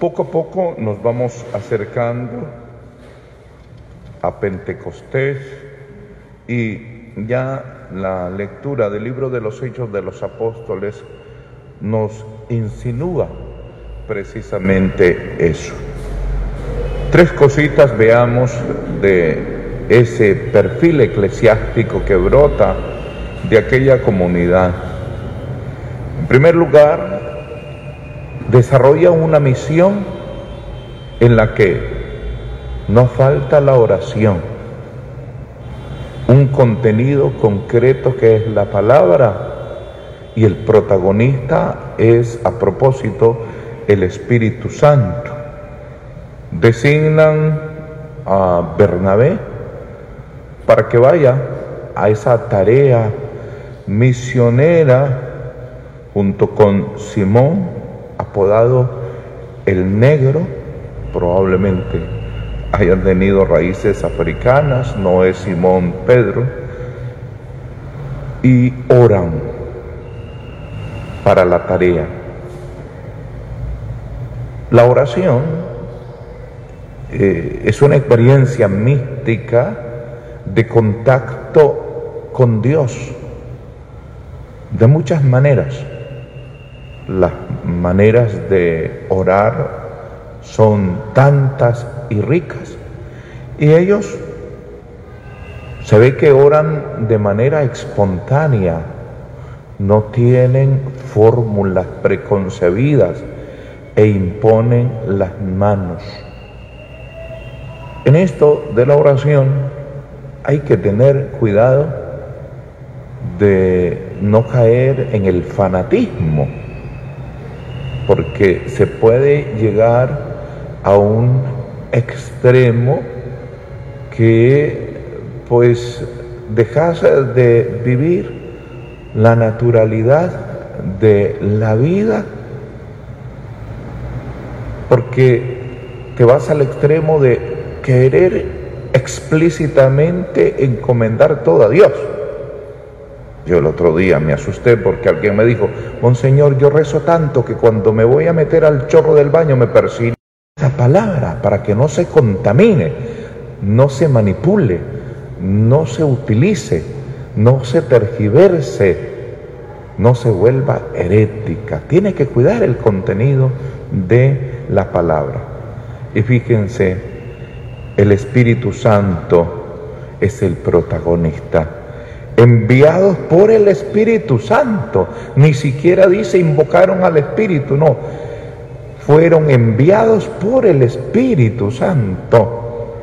Poco a poco nos vamos acercando a Pentecostés y ya la lectura del libro de los Hechos de los Apóstoles nos insinúa precisamente eso. Tres cositas veamos de ese perfil eclesiástico que brota de aquella comunidad. En primer lugar, desarrolla una misión en la que no falta la oración, un contenido concreto que es la palabra, y el protagonista es, a propósito, el Espíritu Santo. Designan a Bernabé para que vaya a esa tarea misionera junto con Simón, apodado el Negro. Probablemente hayan tenido raíces africanas, no es Simón Pedro, y oran para la tarea. La oración es una experiencia mística de contacto con Dios de muchas maneras. Las maneras de orar son tantas y ricas, y ellos se ve que oran de manera espontánea, no tienen fórmulas preconcebidas e imponen las manos. En esto de la oración hay que tener cuidado de no caer en el fanatismo, porque se puede llegar a un extremo que pues dejas de vivir la naturalidad de la vida, porque te vas al extremo de querer explícitamente encomendar todo a Dios. Yo el otro día me asusté porque alguien me dijo: Monseñor, yo rezo tanto que cuando me voy a meter al chorro del baño me persigue esa palabra para que no se contamine, no se manipule, no se utilice, no se tergiverse, no se vuelva herética. Tiene que cuidar el contenido de la palabra. Y fíjense, el Espíritu Santo es el protagonista. Enviados por el Espíritu Santo, ni siquiera dice invocaron al Espíritu, no, fueron enviados por el Espíritu Santo.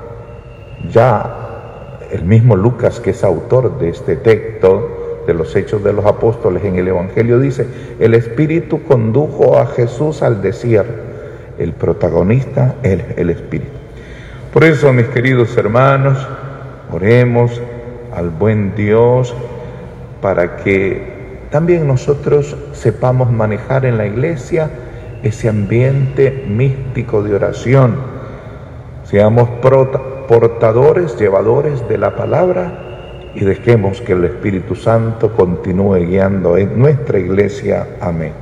Ya el mismo Lucas, que es autor de este texto de los Hechos de los Apóstoles, en el Evangelio dice: el Espíritu condujo a Jesús al desierto. El protagonista es el Espíritu. Por eso, mis queridos hermanos, oremos al buen Dios para que también nosotros sepamos manejar en la iglesia ese ambiente místico de oración. Seamos portadores, llevadores de la palabra, y dejemos que el Espíritu Santo continúe guiando en nuestra iglesia. Amén.